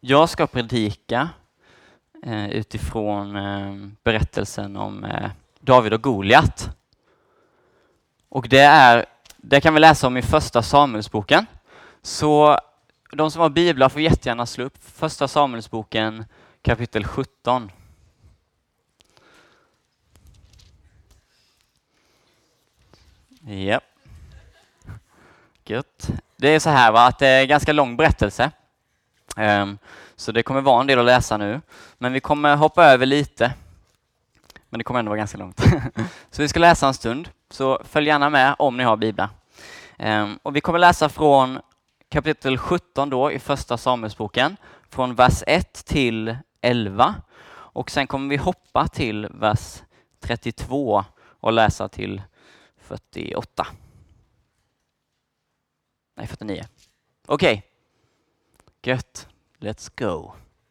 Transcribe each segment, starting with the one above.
Jag ska predika utifrån berättelsen om David och Goliat. Och det kan vi läsa om i första Samuelsboken. Så de som har biblar får jättegärna slå upp första Samuelsboken kapitel 17. Ja. Gött. Det är så här att det är en ganska lång berättelse. Så det kommer vara en del att läsa nu. Men vi kommer hoppa över lite. Men det kommer ändå vara ganska långt. Så vi ska läsa en stund. Så följ gärna med om ni har biblar. Och vi kommer läsa från kapitel 17 då i första Samuelsboken. Från vers 1 till 11. Och sen kommer vi hoppa till vers 32 och läsa till 48. Nej, 49. Okej. Gött. Let's go.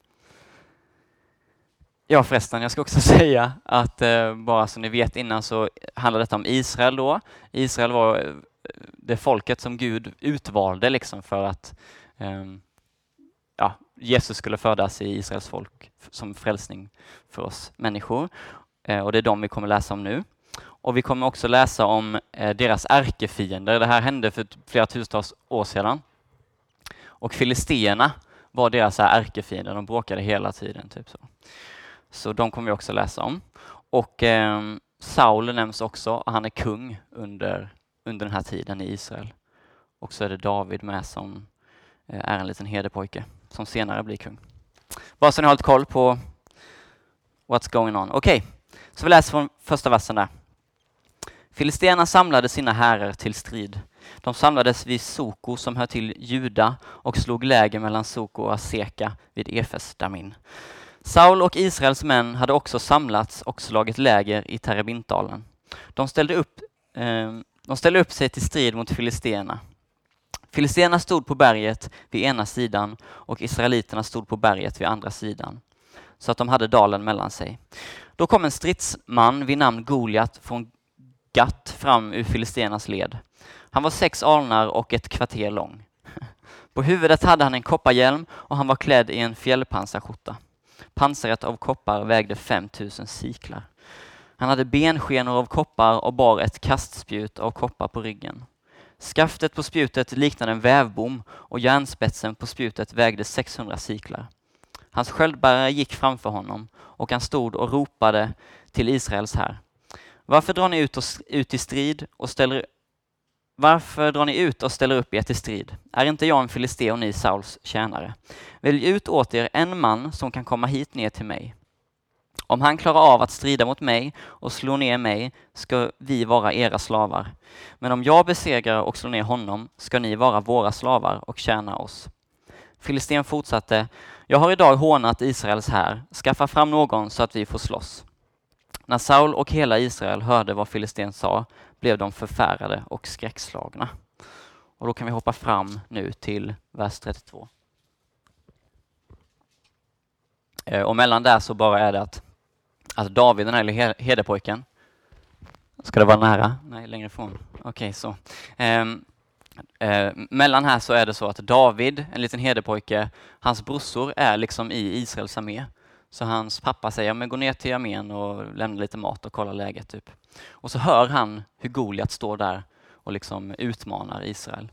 Ja förresten, jag ska också säga att bara så ni vet innan så handlar detta om Israel då. Israel var det folket som Gud utvalde liksom för att Jesus skulle födas i Israels folk som frälsning för oss människor. Och det är de vi kommer läsa om nu. Och vi kommer också läsa om deras ärkefiender. Det här hände för flera tusentals år sedan. Och filisterna var deras ärkefiender. De bråkade hela tiden. Typ så. Så de kommer vi också läsa om. Och Saul nämns också. Han är kung under den här tiden i Israel. Och så är det David med som är en liten herdepojke som senare blir kung. Bara så ni har lite koll på what's going on. Okej, så vi läser från första versen där. Filisterna samlade sina härar till strid. De samlades vid Soko som hör till Juda och slog läger mellan Soko och Aseka vid Efes Damin. Saul och Israels män hade också samlats och slagit läger i Terebintdalen. De ställde upp sig till strid mot filisterna. Filisterna stod på berget vid ena sidan och israeliterna stod på berget vid andra sidan, så att de hade dalen mellan sig. Då kom en stridsman vid namn Goliat från Gat fram ur filisternas led. Han var 6 alnar och ett kvarter lång. På huvudet hade han en kopparhjälm och han var klädd i en fjällpansarskjorta. Pansaret av koppar vägde 5000 siklar. Han hade benskenor av koppar och bar ett kastspjut av koppar på ryggen. Skaftet på spjutet liknade en vävbom och järnspetsen på spjutet vägde 600 siklar. Hans sköldbärare gick framför honom och han stod och ropade till Israels här. Varför drar ni ut i strid och ställer upp er till strid? Är inte jag en filisté och ni Sauls tjänare? Välj ut åt er en man som kan komma hit ner till mig. Om han klarar av att strida mot mig och slå ner mig ska vi vara era slavar. Men om jag besegrar och slår ner honom ska ni vara våra slavar och tjäna oss. Filisten fortsatte, jag har idag hånat Israels här. Skaffa fram någon så att vi får slåss. När Saul och hela Israel hörde vad filisten sa blev de förfärade och skräckslagna. Och då kan vi hoppa fram nu till vers 32. Och mellan där så bara är det att David, den här herdepojken, ska det vara nära? Nej, längre ifrån. Okej, så. Mellan här så är det så att David, en liten herdepojke, hans brorsor är liksom i Israels armé. Så hans pappa säger, men gå ner till armén och lämna lite mat och kolla läget typ. Och så hör han hur Goliat står där och liksom utmanar Israel.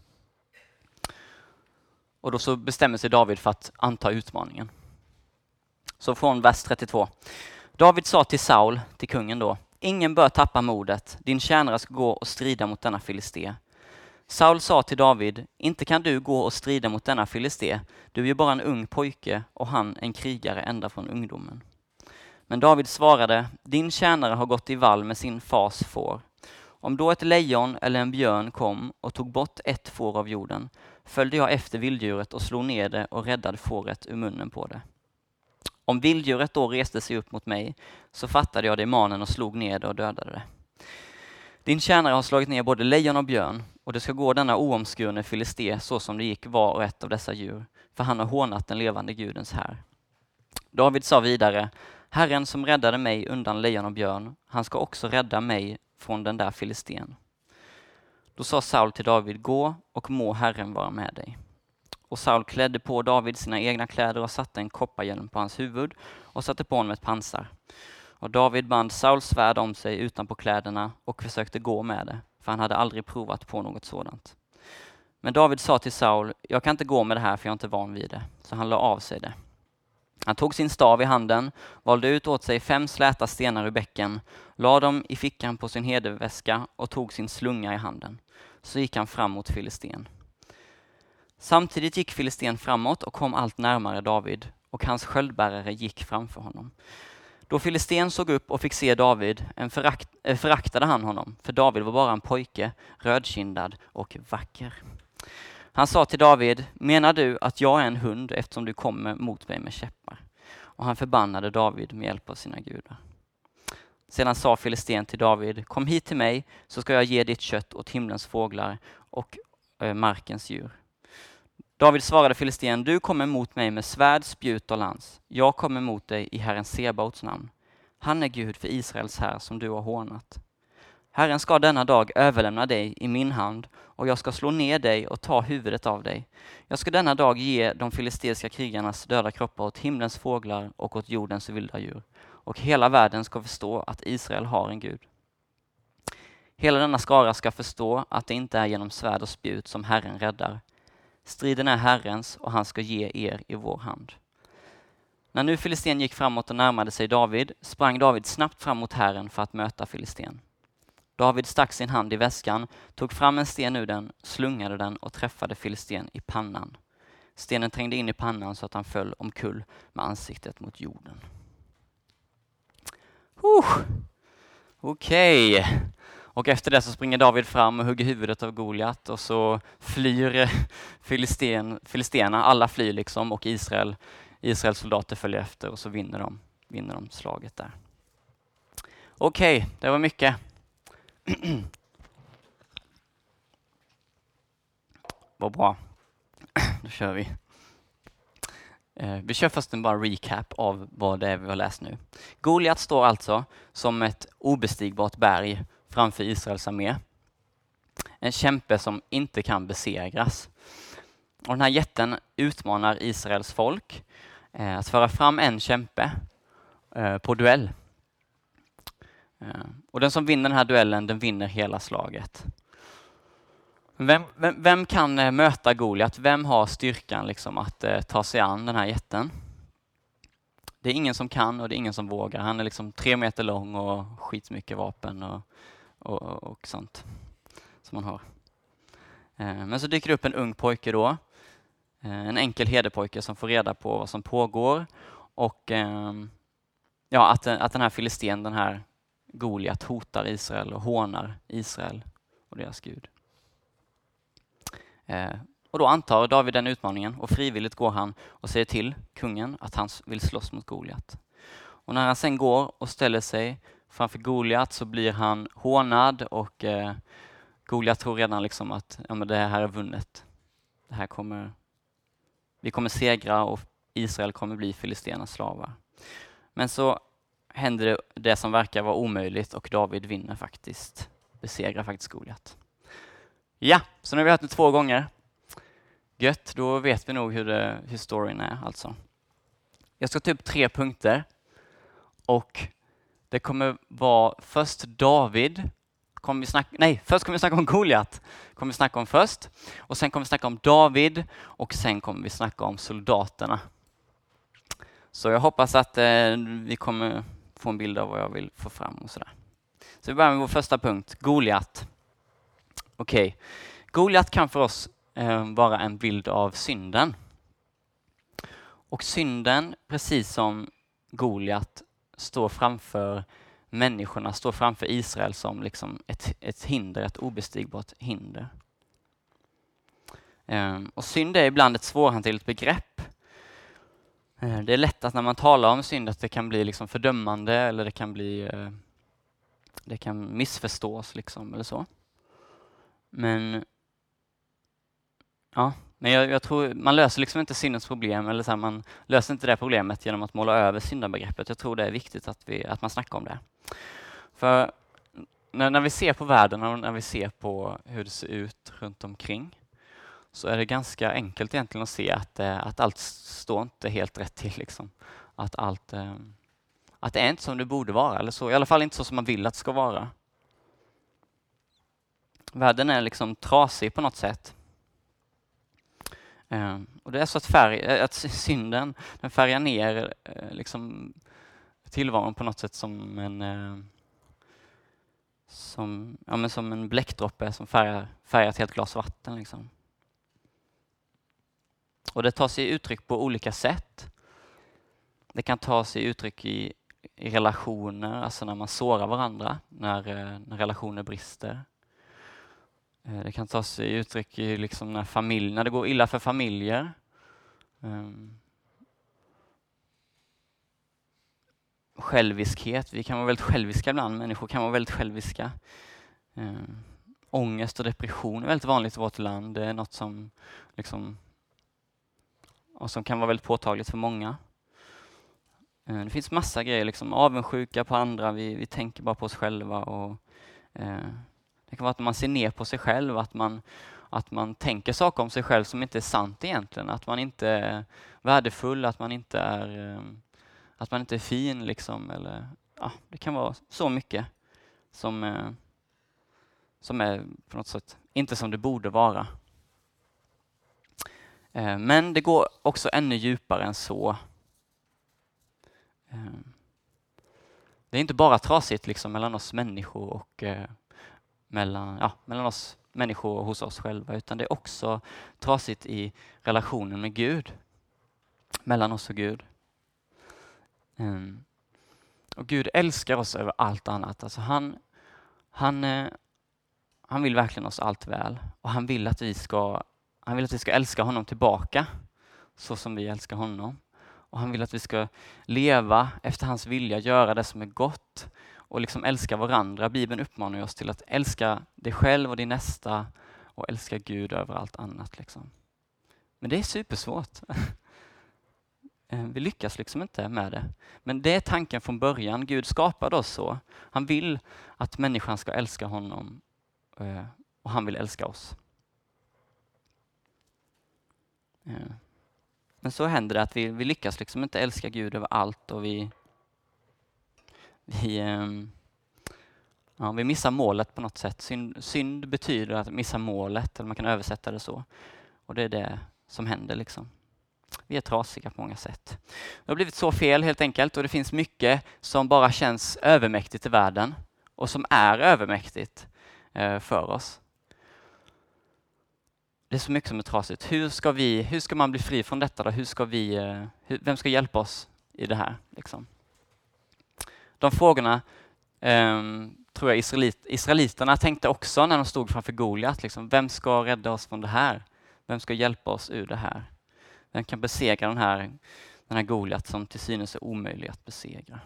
Och då så bestämmer sig David för att anta utmaningen. Så från vers 32. David sa till Saul, till kungen då, ingen bör tappa modet, din tjänare ska gå och strida mot denna filisté. Saul sa till David, inte kan du gå och strida mot denna filisté, du är ju bara en ung pojke och han en krigare ända från ungdomen. Men David svarade, din tjänare har gått i vall med sin fars får. Om då ett lejon eller en björn kom och tog bort ett får av jorden, följde jag efter vilddjuret och slog ner det och räddade fåret ur munnen på det. Om vilddjuret då reste sig upp mot mig så fattade jag det i manen och slog ner det och dödade det. Din tjänare har slagit ner både lejon och björn och det ska gå denna oomskurne filisté så som det gick var och ett av dessa djur, för han har hånat den levande gudens här. David sa vidare, Herren som räddade mig undan lejon och björn, han ska också rädda mig från den där filistén. Då sa Saul till David, gå och må Herren vara med dig. Och Saul klädde på David sina egna kläder och satte en kopparhjälm på hans huvud och satte på honom ett pansar. Och David band Sauls svärd om sig utanpå kläderna och försökte gå med det, för han hade aldrig provat på något sådant. Men David sa till Saul, jag kan inte gå med det här för jag är inte van vid det. Så han la av sig det. Han tog sin stav i handen, valde ut åt sig 5 släta stenar ur bäcken, la dem i fickan på sin hederväska och tog sin slunga i handen. Så gick han fram mot Filisten. Samtidigt gick Filisten framåt och kom allt närmare David, och hans sköldbärare gick framför honom. Då Filisten såg upp och fick se David, föraktade han honom, för David var bara en pojke, rödkindad och vacker. Han sa till David, menar du att jag är en hund eftersom du kommer mot mig med käppar? Och han förbannade David med hjälp av sina gudar. Sedan sa Filisten till David, kom hit till mig så ska jag ge ditt kött åt himlens fåglar och markens djur. David svarade Filisten, du kommer mot mig med svärd, spjut och lans. Jag kommer mot dig i Herren Sebaots namn. Han är Gud för Israels här som du har hånat. Herren ska denna dag överlämna dig i min hand och jag ska slå ner dig och ta huvudet av dig. Jag ska denna dag ge de filisteiska krigarnas döda kroppar åt himlens fåglar och åt jordens vilda djur. Och hela världen ska förstå att Israel har en Gud. Hela denna skara ska förstå att det inte är genom svärd och spjut som Herren räddar. Striden är Herrens och han ska ge er i vår hand. När nu Filisten gick framåt och närmade sig David, sprang David snabbt fram mot Herren för att möta Filisten. David stack sin hand i väskan, tog fram en sten ur den, slungade den och träffade Filisten i pannan. Stenen trängde in i pannan så att han föll omkull med ansiktet mot jorden. Okej. Och efter det så springer David fram och hugger huvudet av Goliat och så flyr filisterna, alla flyr liksom, och Israels soldater följer efter och så vinner de slaget där. Okej, det var mycket. Vad bra. Då kör vi. Vi kör först en bara recap av vad det är vi har läst nu. Goliat står alltså som ett obestigbart berg framför Israels armé. En kämpe som inte kan besegras. Och den här jätten utmanar Israels folk att föra fram en kämpe på duell. Och den som vinner den här duellen, den vinner hela slaget. Vem kan möta Goliat? Vem har styrkan liksom att ta sig an den här jätten? Det är ingen som kan och det är ingen som vågar. Han är liksom 3 meter lång och skitmycket vapen och sånt som man har. Men så dyker det upp en ung pojke då. En enkel herdepojke som får reda på vad som pågår. Och att den här filisten, den här Goliat, hotar Israel och hånar Israel och deras Gud. Och då antar David den utmaningen och frivilligt går han och säger till kungen att han vill slåss mot Goliat. Och när han sen går och ställer sig framför Goliat så blir han hånad och Goliat tror redan liksom att men det här är vunnet. Vi kommer segra och Israel kommer bli filisternas slavar. Men så händer det som verkar vara omöjligt och David vinner faktiskt. Besegrar faktiskt Goliat. Ja, så nu har vi hört det 2 gånger. Gött, då vet vi nog hur storyn är alltså. Jag ska ta upp 3 punkter. Och det kommer vara först David. Först kommer vi snacka om Goliat. Kommer vi snacka om först. Och sen kommer vi snacka om David. Och sen kommer vi snacka om soldaterna. Så jag hoppas att vi kommer få en bild av vad jag vill få fram och sådär. Så vi börjar med vår första punkt, Goliat. Okej. Goliat kan för oss vara en bild av synden. Och synden, precis som Goliat, står framför människorna, står framför Israel som liksom ett hinder, ett obestigbart hinder. Och synd är ibland ett svårhanterligt begrepp. Det är lätt att när man talar om synd att det kan bli liksom fördömande eller det kan missförstås liksom eller så. Men jag tror man löser liksom inte syndens problem eller så här, man löser inte det problemet genom att måla över syndabegreppet. Jag tror det är viktigt att man snackar om det. För när vi ser på världen och när vi ser på hur det ser ut runt omkring så är det ganska enkelt egentligen att se att allt står inte helt rätt till. Liksom. Att det är inte som det borde vara, eller så. I alla fall inte så som man vill att det ska vara. Världen är liksom trasig på något sätt. Och det är så att synden, den färgar ner liksom tillvaron på något sätt som en bläckdroppe som färgar ett helt glas vatten. Liksom. Och det tar sig uttryck på olika sätt. Det kan ta sig uttryck i relationer, alltså när man sårar varandra, när relationer brister. Det kan ta sig uttryck i liksom när det går illa för familjer. Själviskhet. Vi kan vara väldigt själviska ibland. Människor kan vara väldigt själviska. Ångest och depression är väldigt vanligt i vårt land. Det är något som som kan vara väldigt påtagligt för många. Det finns massa grejer. Liksom, avundsjuka på andra. Vi tänker bara på oss själva. Och, det kan vara att man ser ner på sig själv. Att man tänker saker om sig själv som inte är sant egentligen. Att man inte är värdefull. Att man inte är fin. Liksom, eller, det kan vara så mycket som är på något sätt inte som det borde vara. Men det går också ännu djupare än så. Det är inte bara trasigt liksom, mellan oss människor och mellan oss människor och hos oss själva, utan det är också trasigt i relationen med Gud. Mellan oss och Gud. Och Gud älskar oss över allt annat. Alltså han vill verkligen oss allt väl. Och han vill att vi ska älska honom tillbaka. Så som vi älskar honom. Och han vill att vi ska leva efter hans vilja, göra det som är gott. Och liksom älska varandra. Bibeln uppmanar oss till att älska dig själv och din nästa. Och älska Gud över allt annat. Liksom. Men det är supersvårt. Vi lyckas liksom inte med det. Men det är tanken från början. Gud skapade oss så. Han vill att människan ska älska honom. Och han vill älska oss. Men så händer det att vi lyckas liksom inte älska Gud över allt. Och vi missar målet på något sätt. Synd betyder att missa målet. Eller man kan översätta det så. Och det är det som händer liksom. Vi är trasiga på många sätt. Det har blivit så fel helt enkelt, och det finns mycket som bara känns övermäktigt i världen och som är övermäktigt för oss. Det är så mycket som är trasigt. Hur ska man bli fri från detta då? Vem ska hjälpa oss i det här? Liksom? De frågorna tror jag israeliterna tänkte också när de stod framför Goliat. Liksom, vem ska rädda oss från det här? Vem ska hjälpa oss ur det här? Vem kan besegra den här Goliat som till synes är omöjlig att besegra?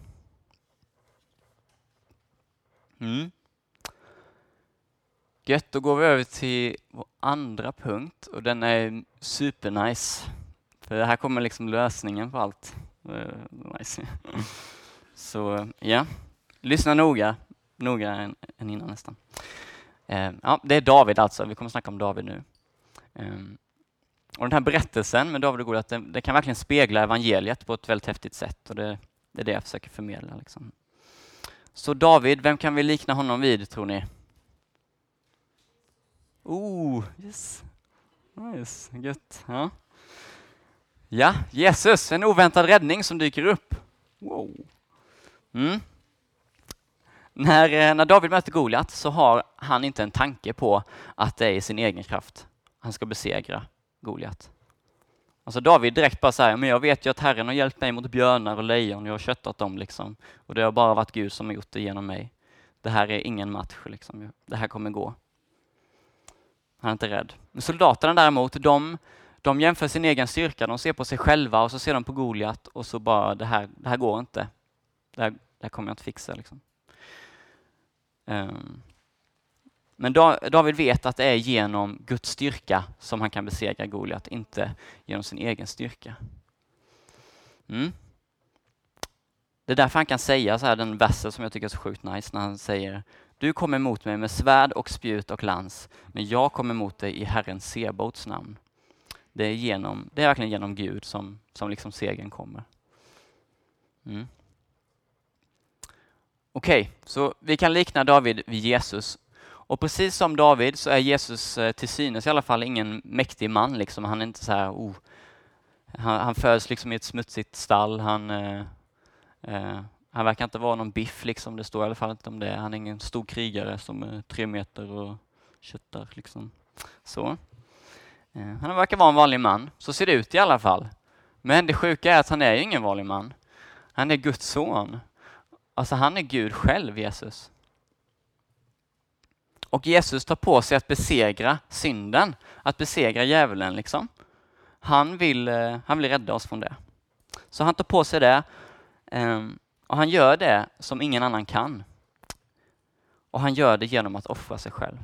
Gött, då går vi över till vår andra punkt, och den är supernice. För det här kommer liksom lösningen på allt. Nice. Så ja, lyssna noga än innan nästan. Det är David alltså, vi kommer snacka om David nu. Och den här berättelsen med David och Goliat, det kan verkligen spegla evangeliet på ett väldigt häftigt sätt. Och det är det jag försöker förmedla. Liksom. Så David, vem kan vi likna honom vid, tror ni? Yes. Nice, gött. Ja, Jesus, en oväntad räddning som dyker upp. Wow. När David möter Goliat så har han inte en tanke på att det är i sin egen kraft han ska besegra Goliat. Alltså David direkt bara säger, men jag vet ju att Herren har hjälpt mig mot björnar och lejon, jag har köttat dem liksom. Och det har bara varit Gud som har gjort det genom mig. Det här är ingen match liksom. Det här kommer gå. Han är inte rädd. Men soldaterna däremot, de jämför sin egen styrka, de ser på sig själva och så ser de på Goliat och så bara, det här går inte. Det här kommer jag inte fixa liksom. Men David vet att det är genom Guds styrka som han kan besegra Goliat, inte genom sin egen styrka. Det är därför han kan säga så här, den versen som jag tycker är så sjukt nice, när han säger, Du kommer emot mig med svärd och spjut och lans, men jag kommer emot dig i Herren Sebaots namn. Det är verkligen genom Gud som liksom segern kommer. Okej, så vi kan likna David vid Jesus. Och precis som David så är Jesus till synes i alla fall ingen mäktig man. Liksom. Han är inte så här, han föds liksom i ett smutsigt stall. Han verkar inte vara någon biff, liksom. Det står i alla fall inte om det. Han är ingen stor krigare som är 3 meter och köttar. Liksom. Så. Han verkar vara en vanlig man. Så ser det ut i alla fall. Men det sjuka är att han är ingen vanlig man. Han är Guds son. Alltså han är Gud själv, Jesus. Och Jesus tar på sig att besegra synden. Att besegra djävulen liksom. Han vill rädda oss från det. Så han tar på sig det. Och han gör det som ingen annan kan. Och han gör det genom att offra sig själv.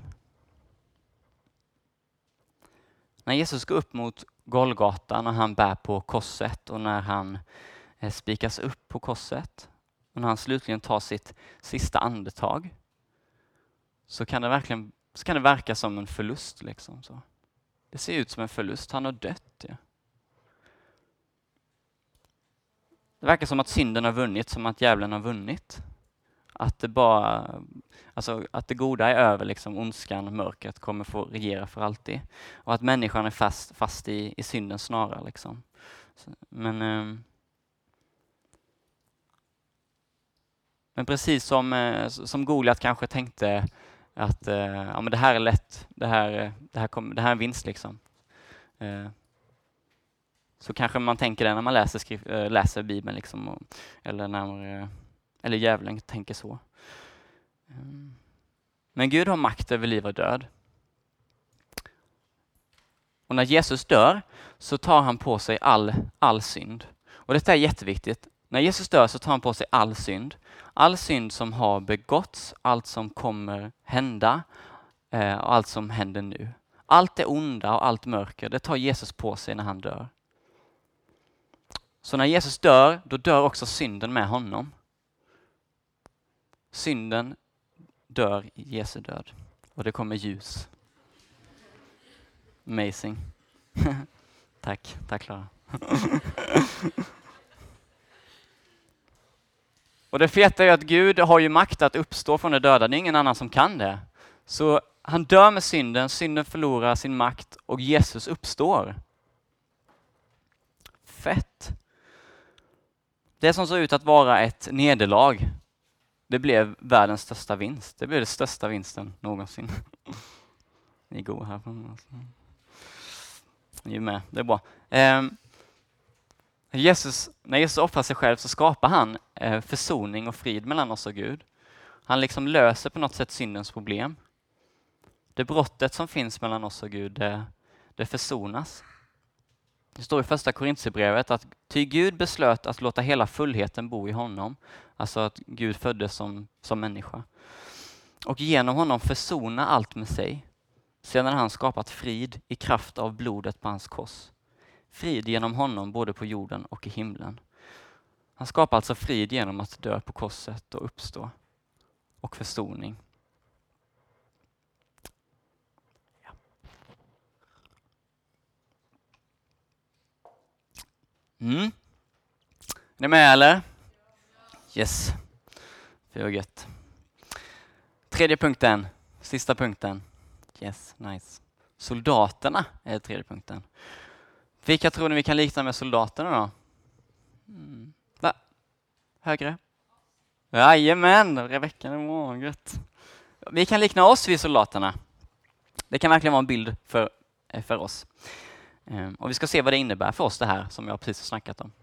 När Jesus går upp mot Golgata, när han bär på korset och när han spikas upp på korset och när han slutligen tar sitt sista andetag, så kan det verka som en förlust. Liksom, så. Det ser ut som en förlust. Han har dött. Ja. Det verkar som att synden har vunnit, som att djävulen har vunnit. Att det goda är över, liksom, ondskan, mörkret kommer få regera för alltid. Och att människan är fast i syndens snara. Liksom. Men precis som Goliat kanske tänkte att men det här är lätt, det här är en vinst. Liksom. Så kanske man tänker det när man läser Bibeln. Liksom, eller djävulen tänker så. Men Gud har makt över liv och död. Och när Jesus dör så tar han på sig all synd. Och detta är jätteviktigt. När Jesus dör så tar han på sig all synd. All synd som har begåtts, allt som kommer hända och allt som händer nu. Allt det onda och allt mörker, det tar Jesus på sig när han dör. Så när Jesus dör, då dör också synden med honom. Synden dör i Jesu död. Och det kommer ljus. Amazing. Tack Klara. Och det feta är att Gud har ju makt att uppstå från de döda. Det är ingen annan som kan det. Så han dör med synden förlorar sin makt och Jesus uppstår. Fett. Det som såg ut att vara ett nederlag, det blev världens största vinst. Det blev den största vinsten någonsin. Ni går här. Ni är med, det är bra. När Jesus offrar sig själv så skapar han försoning och frid mellan oss och Gud. Han liksom löser på något sätt syndens problem. Det brottet som finns mellan oss och Gud, det försonas. Det står i första Korinthierbrevet att ty Gud beslöt att låta hela fullheten bo i honom. Alltså att Gud föddes som människa. Och genom honom försona allt med sig. Sedan han skapat frid i kraft av blodet på hans kors. Frid genom honom både på jorden och i himlen. Han skapar alltså frid genom att dö på korset och uppstå. Och försoning. Ja. Är ni med eller? Yes. För gött. Tredje punkten. Sista punkten. Yes, nice. Soldaterna är tredje punkten. Vilka tror ni vi kan likna med soldaterna då? Va? Högre? Jajamän, Rebecka, det var gött. Vi kan likna oss vid soldaterna. Det kan verkligen vara en bild för oss. Och vi ska se vad det innebär för oss det här som jag precis har snackat om.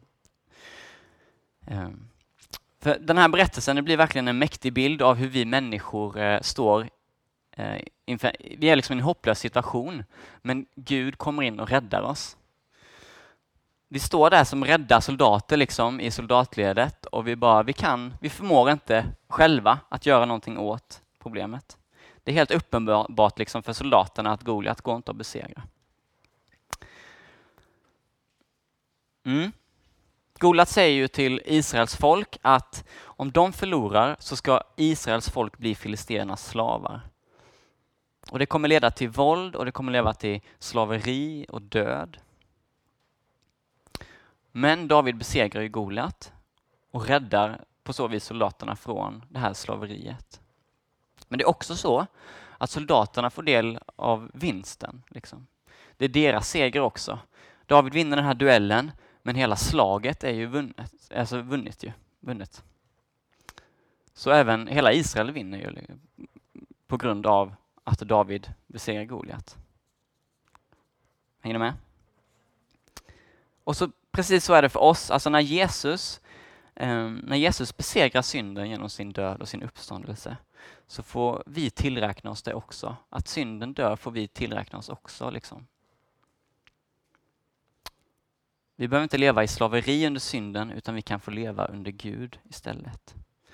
För den här berättelsen, det blir verkligen en mäktig bild av hur vi människor står inför. Vi är liksom i en hopplös situation, men Gud kommer in och räddar oss. Vi står där som rädda soldater liksom i soldatledet och vi förmår inte själva att göra någonting åt problemet. Det är helt uppenbart liksom för soldaterna att Goliat går inte att besegra. Goliat säger ju till Israels folk att om de förlorar så ska Israels folk bli filisternas slavar. Och det kommer leda till våld och det kommer leda till slaveri och död. Men David besegrar ju Goliat och räddar på så vis soldaterna från det här slaveriet. Men det är också så att soldaterna får del av vinsten. Liksom. Det är deras seger också. David vinner den här duellen, men hela slaget är ju vunnet. Så även hela Israel vinner ju på grund av att David besegrar Goliat. Hänger ni med? Och så precis så är det för oss. Alltså när Jesus besegrar synden genom sin död och sin uppståndelse, så får vi tillräkna oss det också. Att synden dör får vi tillräkna oss också. Liksom. Vi behöver inte leva i slaveri under synden, utan vi kan få leva under Gud istället.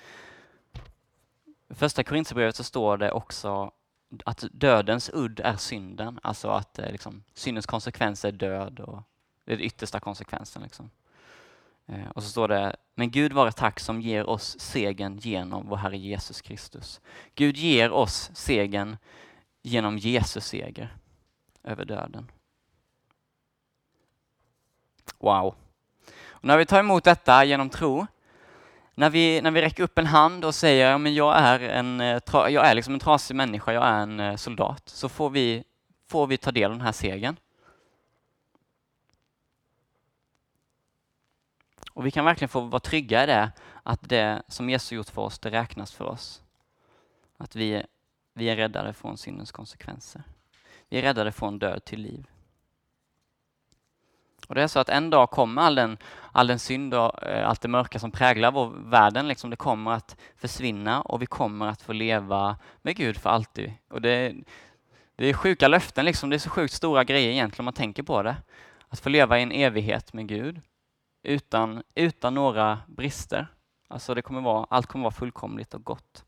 I första Korinthierbrevet så står det också att dödens udd är synden. Alltså att syndens konsekvens är död och det är den yttersta konsekvensen. Liksom. Och så står det, men Gud vare tack som ger oss segern genom vår Herre Jesus Kristus. Gud ger oss segern genom Jesus seger över döden. Wow. Och när vi tar emot detta genom tro, när vi räcker upp en hand och säger men jag är liksom en trasig människa, jag är en soldat, så får vi ta del av den här segern. Och vi kan verkligen få vara trygga i det, att det som Jesus gjort för oss, det räknas för oss. Att vi är räddade från syndens konsekvenser. Vi är räddade från död till liv. Och det är så att en dag kommer all den synd och allt det mörka som präglar vår världen, liksom, det kommer att försvinna och vi kommer att få leva med Gud för alltid. Och det är sjuka löften, liksom. Det är så sjukt stora grejer egentligen om man tänker på det. Att få leva i en evighet med Gud utan några brister. Alltså allt kommer vara fullkomligt och gott.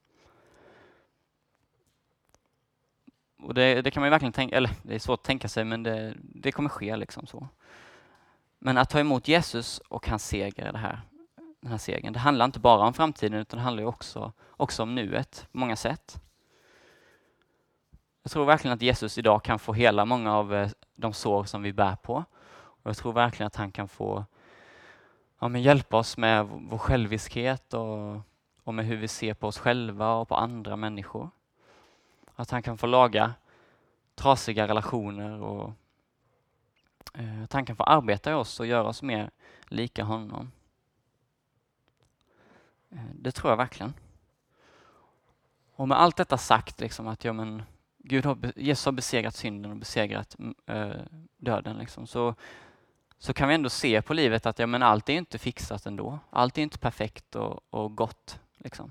Och det kan man ju verkligen tänka, eller det är svårt att tänka sig, men det kommer ske liksom så. Men att ta emot Jesus och hans seger, den här segern, det handlar inte bara om framtiden, utan det handlar ju också om nuet på många sätt. Jag tror verkligen att Jesus idag kan få hela många av de sår som vi bär på. Och jag tror verkligen att han kan få hjälpa oss med vår själviskhet och med hur vi ser på oss själva och på andra människor. Att han kan få laga trasiga relationer och att han kan få arbeta i oss och göra oss mer lika honom. Det tror jag verkligen. Och med allt detta sagt, liksom, att Jesus har besegrat synden och besegrat döden. Liksom, så kan vi ändå se på livet att allt är inte fixat ändå. Allt är inte perfekt och gott. Liksom.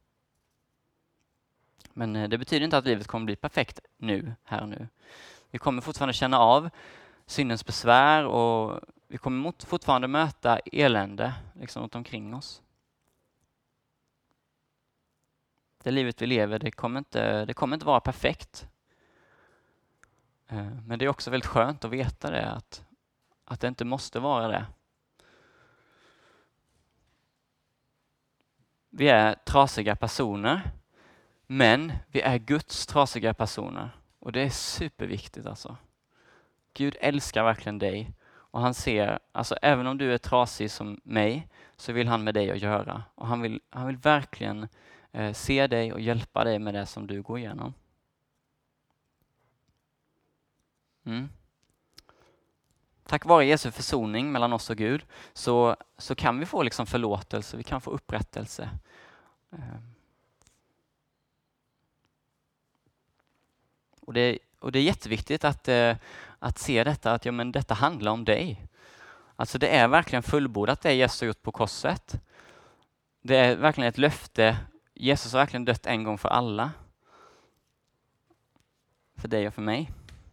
Men det betyder inte att livet kommer bli perfekt här och nu. Vi kommer fortfarande känna av syndens besvär och vi kommer fortfarande möta elände liksom, runt omkring oss. Det livet vi lever, det kommer inte vara perfekt. Men det är också väldigt skönt att veta det, att det inte måste vara det. Vi är trasiga personer, men vi är Guds trasiga personer. Och det är superviktigt alltså. Gud älskar verkligen dig. Och han ser, alltså även om du är trasig som mig, så vill han med dig att göra. Och han vill verkligen se dig och hjälpa dig med det som du går igenom. Tack vare Jesu försoning mellan oss och Gud så kan vi få liksom förlåtelse, vi kan få upprättelse. Och det är jätteviktigt att se detta, att detta handlar om dig. Alltså det är verkligen fullbordat det Jesus har gjort på korset. Det är verkligen ett löfte. Jesus har verkligen dött en gång för alla. För dig och för mig.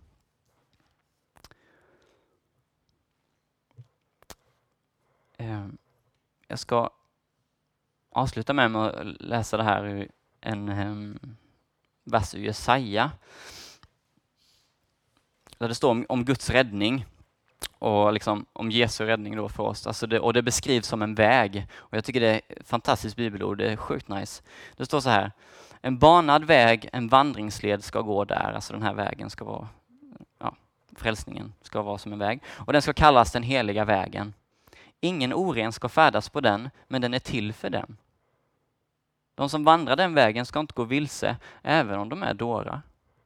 Jag ska avsluta med att läsa det här ur en vers ur Jesaja. Där det står om Guds räddning. och liksom om Jesu räddning då för oss. Alltså och det beskrivs som en väg. Och jag tycker det är ett fantastiskt bibelord, det är sjukt nice. Det står så här: en banad väg, en vandringsled ska gå där. Alltså den här vägen ska vara, frälsningen ska vara som en väg. Och den ska kallas den heliga vägen. Ingen oren ska färdas på den, men den är till för dem. De som vandrar den vägen ska inte gå vilse, även om de är dårar.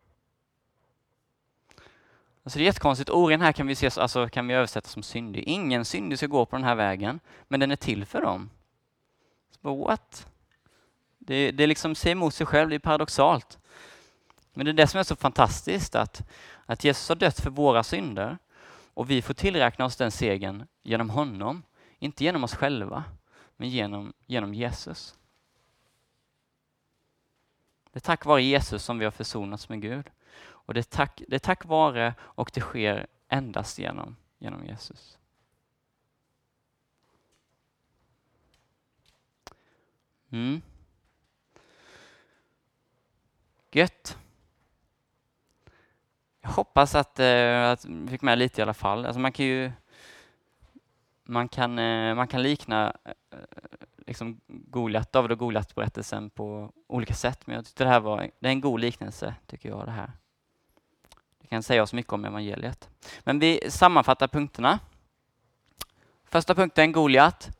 Alltså det är jättekonstigt. Oren här kan vi se, alltså kan vi översätta som syndig. Ingen syndig ska gå på den här vägen, men den är till för dem. Så, what? Det liksom ser emot sig själv, det är paradoxalt. Men det är det som är så fantastiskt, att Jesus har dött för våra synder och vi får tillräkna oss den segern genom honom. Inte genom oss själva, men genom Jesus. Det är tack vare Jesus som vi har försonats med Gud. Och det är tack vare, och det sker endast genom Jesus. Gött. Jag hoppas att vi fick med lite i alla fall. Alltså man kan likna liksom David och Goliat-berättelsen på olika sätt, men jag tyckte det är en god liknelse, tycker jag, det här. Det kan säga oss mycket om evangeliet. Men vi sammanfattar punkterna. Första punkten, Goliat.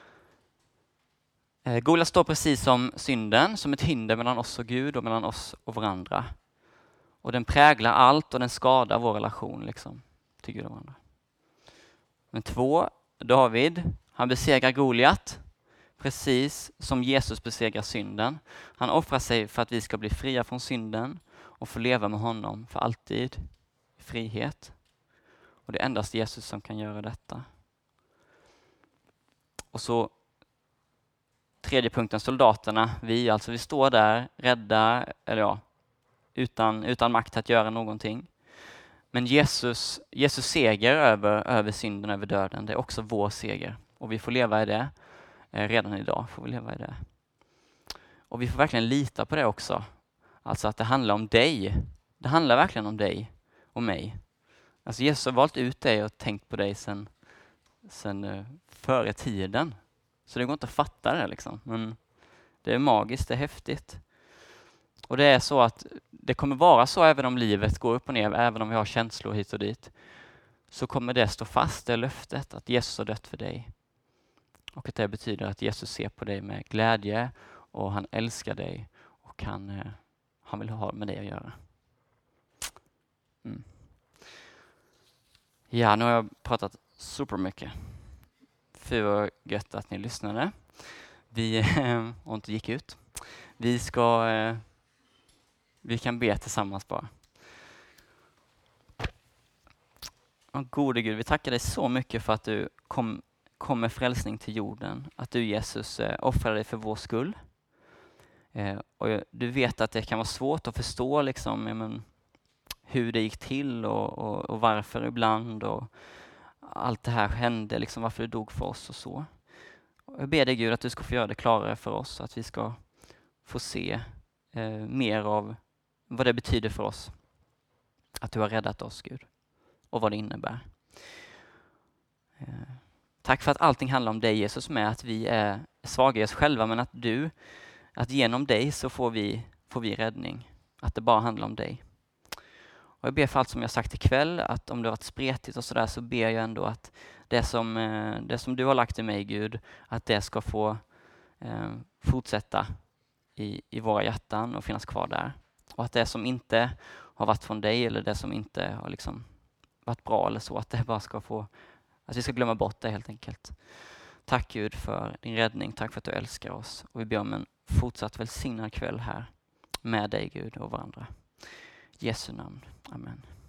Goliat står precis som synden, som ett hinder mellan oss och Gud och mellan oss och varandra. Och den präglar allt och den skadar vår relation liksom, till Gud och varandra. Men 2, David, han besegrar Goliat precis som Jesus besegrar synden. Han offrar sig för att vi ska bli fria från synden och få leva med honom för alltid i frihet. Och det är endast Jesus som kan göra detta. Och så 3:e punkten, soldaterna. Vi står där rädda, eller utan makt att göra någonting. Men Jesus seger över synden, över döden, det är också vår seger. Och vi får leva i det. Redan idag får vi leva i det. Och vi får verkligen lita på det också. Alltså att det handlar om dig. Det handlar verkligen om dig och mig. Alltså Jesus har valt ut dig och tänkt på dig sen före tiden. Så det går inte att fatta det liksom. Men det är magiskt, det är häftigt. Och det är så att det kommer vara så även om livet går upp och ner, även om vi har känslor hit och dit. Så kommer det stå fast, det löftet att Jesus har dött för dig. Och att det betyder att Jesus ser på dig med glädje och han älskar dig och han vill ha med dig att göra. Ja, nu har jag pratat supermycket. Fy vad gött att ni lyssnade. Vi och inte gick ut. Vi kan be tillsammans bara. Gode Gud, vi tackar dig så mycket för att du kom med frälsning till jorden. Att du, Jesus, offrade dig för vår skull. Och du vet att det kan vara svårt att förstå liksom, hur det gick till och varför ibland. Och allt det här hände, liksom, varför du dog för oss och så. Och jag ber dig Gud att du ska få göra det klarare för oss. Att vi ska få se mer av vad det betyder för oss. Att du har räddat oss, Gud. Och vad det innebär. Tack för att allting handlar om dig, Jesus, med att vi är svaga i oss själva, men att genom dig så får vi räddning. Att det bara handlar om dig. Och jag ber för allt som jag sagt ikväll, att om det har varit spretigt och sådär, så ber jag ändå att det som du har lagt i mig, Gud, att det ska få fortsätta i våra hjärtan och finnas kvar där. Och att det som inte har varit från dig eller det som inte har liksom varit bra eller så, att det bara ska att vi ska glömma bort det helt enkelt. Tack Gud för din räddning, tack för att du älskar oss. Och vi ber om en fortsatt välsignad kväll här med dig Gud och varandra. I Jesu namn. Amen.